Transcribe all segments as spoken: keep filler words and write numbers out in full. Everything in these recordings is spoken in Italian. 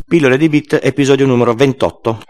Pillole di Bit, episodio numero ventotto.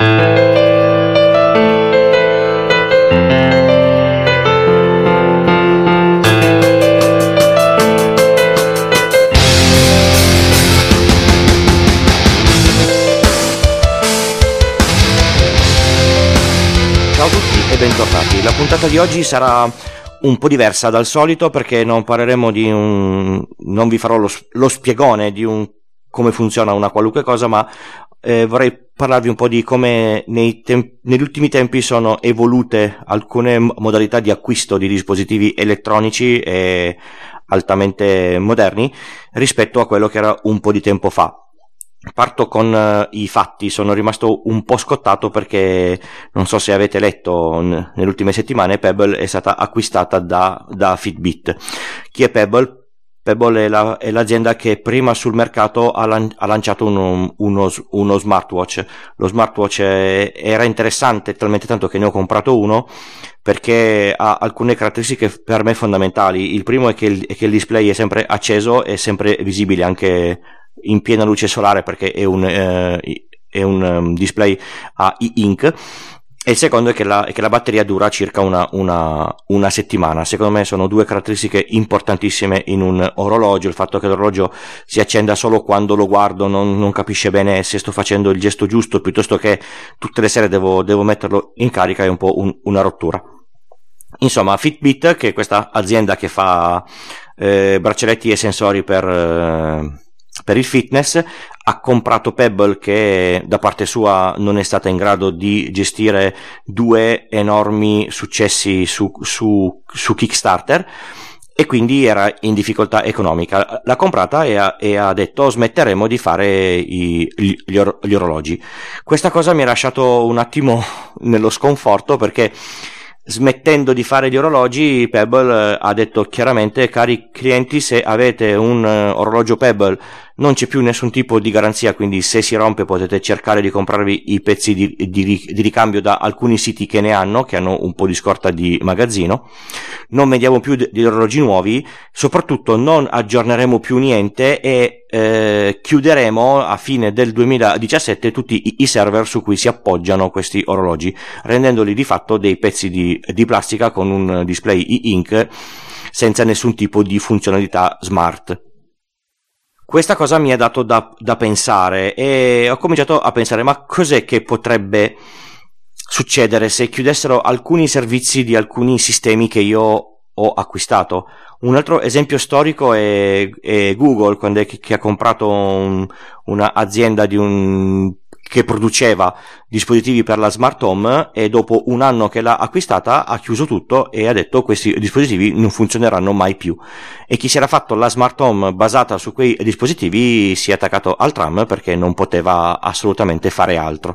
Ciao a tutti e bentornati. La puntata di oggi sarà un po' diversa dal solito perché non parleremo di un... non vi farò lo, lo spiegone di un come funziona una qualunque cosa, ma eh, vorrei parlarvi un po' di come nei tem- negli ultimi tempi sono evolute alcune modalità di acquisto di dispositivi elettronici e altamente moderni rispetto a quello che era un po' di tempo fa. Parto con uh, i fatti. Sono rimasto un po' scottato perché non so se avete letto n- nelle ultime settimane Pebble è stata acquistata da, da Fitbit. Chi è Pebble? Pebble è, la, è l'azienda che prima sul mercato ha, lan- ha lanciato uno, uno, uno smartwatch. Lo smartwatch è, era interessante talmente tanto che ne ho comprato uno perché ha alcune caratteristiche per me fondamentali. Il primo è che il, è che il display è sempre acceso e sempre visibile anche in piena luce solare perché è un, eh, è un um, display a e-ink, e il secondo è che la, è che la batteria dura circa una, una, una settimana. Secondo me sono due caratteristiche importantissime in un orologio. Il fatto che l'orologio si accenda solo quando lo guardo, non, non capisce bene se sto facendo il gesto giusto, piuttosto che tutte le sere devo, devo metterlo in carica, è un po' un, una rottura. Insomma, Fitbit, che è questa azienda che fa eh, braccialetti e sensori per... Eh, per il fitness, ha comprato Pebble, che da parte sua non è stata in grado di gestire due enormi successi su, su, su Kickstarter e quindi era in difficoltà economica. L'ha comprata e ha, e ha detto smetteremo di fare i, gli, gli, or, gli orologi. Questa cosa mi ha lasciato un attimo nello sconforto perché smettendo di fare gli orologi, Pebble ha detto chiaramente: cari clienti, se avete un orologio Pebble non c'è più nessun tipo di garanzia, quindi se si rompe potete cercare di comprarvi i pezzi di, di, di ricambio da alcuni siti che ne hanno, che hanno un po' di scorta di magazzino. Non vendiamo più degli orologi nuovi, soprattutto non aggiorneremo più niente e eh, chiuderemo a fine del duemiladiciassette tutti i, i server su cui si appoggiano questi orologi, rendendoli di fatto dei pezzi di, di plastica con un display e-ink senza nessun tipo di funzionalità smart. Questa cosa mi ha dato da, da pensare e ho cominciato a pensare: ma cos'è che potrebbe succedere se chiudessero alcuni servizi di alcuni sistemi che io ho acquistato? Un altro esempio storico è, è Google, quando è che, che ha comprato un, una azienda di un che produceva dispositivi per la smart home, e dopo un anno che l'ha acquistata ha chiuso tutto e ha detto questi dispositivi non funzioneranno mai più. E chi si era fatto la smart home basata su quei dispositivi si è attaccato al tram perché non poteva assolutamente fare altro.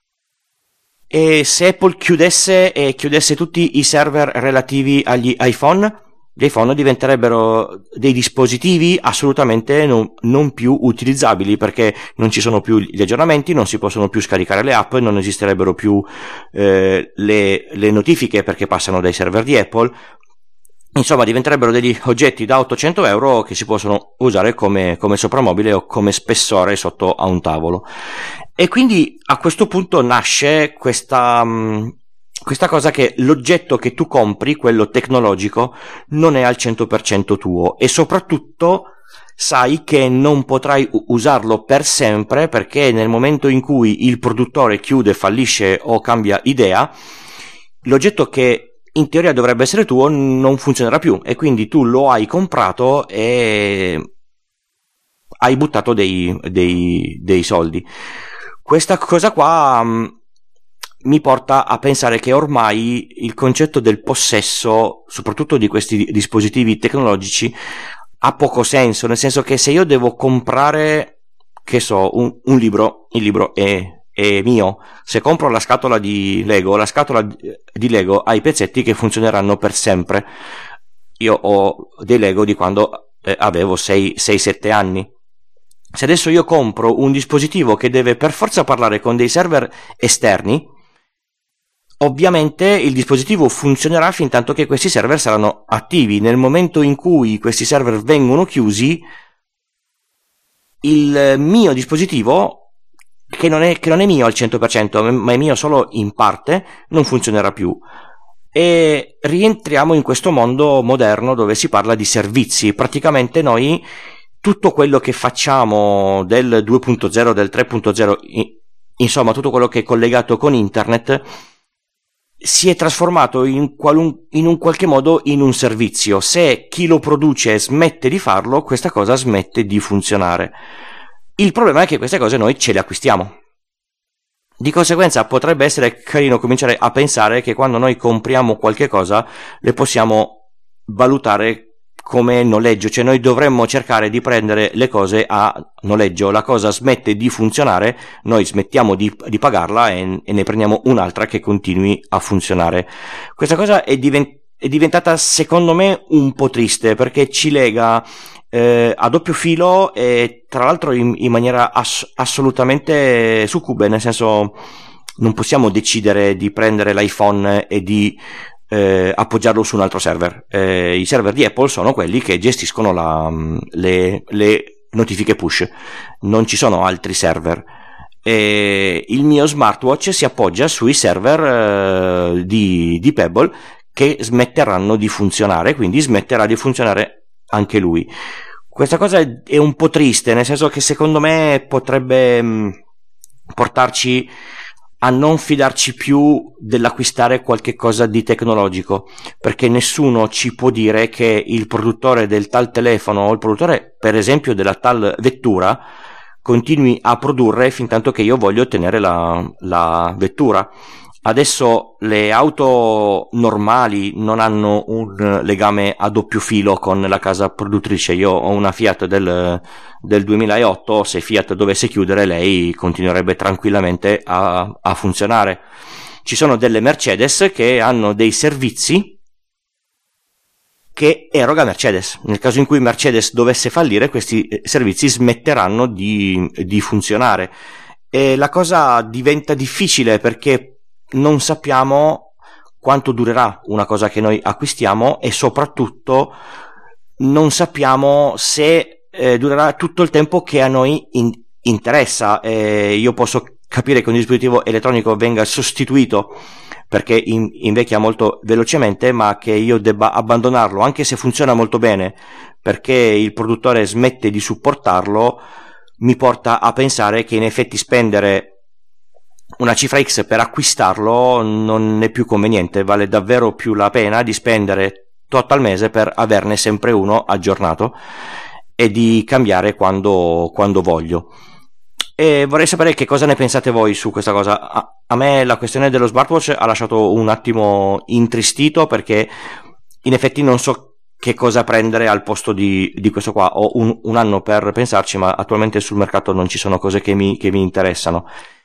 E se Apple chiudesse e chiudesse tutti i server relativi agli iPhone, gli iPhone diventerebbero dei dispositivi assolutamente non, non più utilizzabili perché non ci sono più gli aggiornamenti, non si possono più scaricare le app, non esisterebbero più eh, le, le notifiche perché passano dai server di Apple. Insomma, diventerebbero degli oggetti da ottocento euro che si possono usare come, come soprammobile o come spessore sotto a un tavolo. E quindi a questo punto nasce questa... Mh, questa cosa che l'oggetto che tu compri, quello tecnologico, non è al cento per cento tuo, e soprattutto sai che non potrai usarlo per sempre perché nel momento in cui il produttore chiude, fallisce o cambia idea, l'oggetto che in teoria dovrebbe essere tuo non funzionerà più, e quindi tu lo hai comprato e hai buttato dei, dei, dei soldi. Questa cosa qua mi porta a pensare che ormai il concetto del possesso, soprattutto di questi dispositivi tecnologici, ha poco senso, nel senso che se io devo comprare, che so, un, un libro, il libro è, è mio. Se compro la scatola di Lego, la scatola di Lego ha i pezzetti che funzioneranno per sempre. Io ho dei Lego di quando eh, avevo sei sette anni. Se adesso io compro un dispositivo che deve per forza parlare con dei server esterni, ovviamente il dispositivo funzionerà fin tanto che questi server saranno attivi. Nel momento in cui questi server vengono chiusi, il mio dispositivo che non è, che non è mio al cento per cento, ma è mio solo in parte, non funzionerà più. E rientriamo in questo mondo moderno dove si parla di servizi. Praticamente noi tutto quello che facciamo del due punto zero, del tre punto zero, insomma tutto quello che è collegato con internet si è trasformato in, qualun- in un qualche modo in un servizio. Se chi lo produce smette di farlo, questa cosa smette di funzionare. Il problema è che queste cose noi ce le acquistiamo. Di conseguenza potrebbe essere carino cominciare a pensare che quando noi compriamo qualche cosa le possiamo valutare come noleggio, cioè noi dovremmo cercare di prendere le cose a noleggio. La cosa smette di funzionare, noi smettiamo di, di pagarla e, e ne prendiamo un'altra che continui a funzionare. Questa cosa è, divent- è diventata secondo me un po' triste, perché ci lega eh, a doppio filo e tra l'altro in, in maniera ass- assolutamente succube, nel senso non possiamo decidere di prendere l'iPhone e di eh, appoggiarlo su un altro server. Eh, i server di Apple sono quelli che gestiscono la, le, le notifiche push, non ci sono altri server. E il mio smartwatch si appoggia sui server eh, di, di Pebble, che smetteranno di funzionare, quindi smetterà di funzionare anche lui. Questa cosa è un po' triste, nel senso che secondo me potrebbe mh, portarci a non fidarci più dell'acquistare qualche cosa di tecnologico, perché nessuno ci può dire che il produttore del tal telefono o il produttore per esempio della tal vettura continui a produrre fin tanto che io voglio ottenere la, la vettura. Adesso le auto normali non hanno un legame a doppio filo con la casa produttrice. Io ho una Fiat del, del duemilaotto, se Fiat dovesse chiudere lei continuerebbe tranquillamente a, a funzionare. Ci sono delle Mercedes che hanno dei servizi che eroga Mercedes. Nel caso in cui Mercedes dovesse fallire, questi servizi smetteranno di, di funzionare. E la cosa diventa difficile perché non sappiamo quanto durerà una cosa che noi acquistiamo e soprattutto non sappiamo se eh, durerà tutto il tempo che a noi in- interessa. Eh, io posso capire che un dispositivo elettronico venga sostituito perché in- invecchia molto velocemente, ma che io debba abbandonarlo anche se funziona molto bene perché il produttore smette di supportarlo, mi porta a pensare che in effetti spendere una cifra X per acquistarlo non è più conveniente. Vale davvero più la pena di spendere tot al mese per averne sempre uno aggiornato e di cambiare quando, quando voglio. E vorrei sapere che cosa ne pensate voi su questa cosa. A, a me la questione dello smartwatch ha lasciato un attimo intristito perché in effetti non so che cosa prendere al posto di, di questo qua. Ho un, un anno per pensarci, ma attualmente sul mercato non ci sono cose che mi, che mi interessano.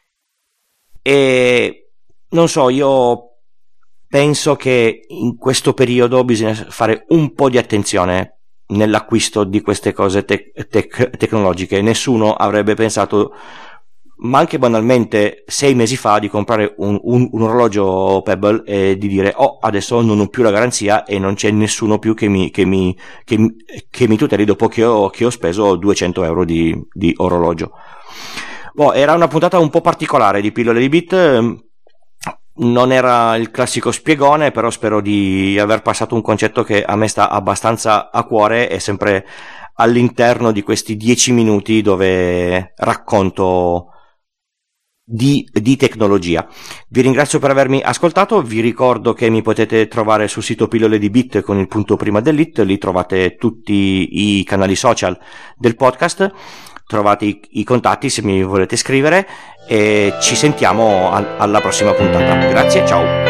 E non so, io penso che in questo periodo bisogna fare un po' di attenzione nell'acquisto di queste cose te- tec- tecnologiche. Nessuno avrebbe pensato, ma anche banalmente sei mesi fa, di comprare un, un, un orologio Pebble e di dire oh, adesso non ho più la garanzia e non c'è nessuno più che mi, che mi, che mi, che mi tuteli dopo che ho, che ho speso duecento euro di, di orologio. Boh, era una puntata un po' particolare di Pillole di Bit, non era il classico spiegone, però spero di aver passato un concetto che a me sta abbastanza a cuore, è sempre all'interno di questi dieci minuti dove racconto di, di tecnologia. Vi ringrazio per avermi ascoltato, vi ricordo che mi potete trovare sul sito Pillole di Bit con il punto prima dell'it, lì trovate tutti i canali social del podcast. Trovate i, i contatti se mi volete scrivere e ci sentiamo al, alla prossima puntata. Grazie, ciao!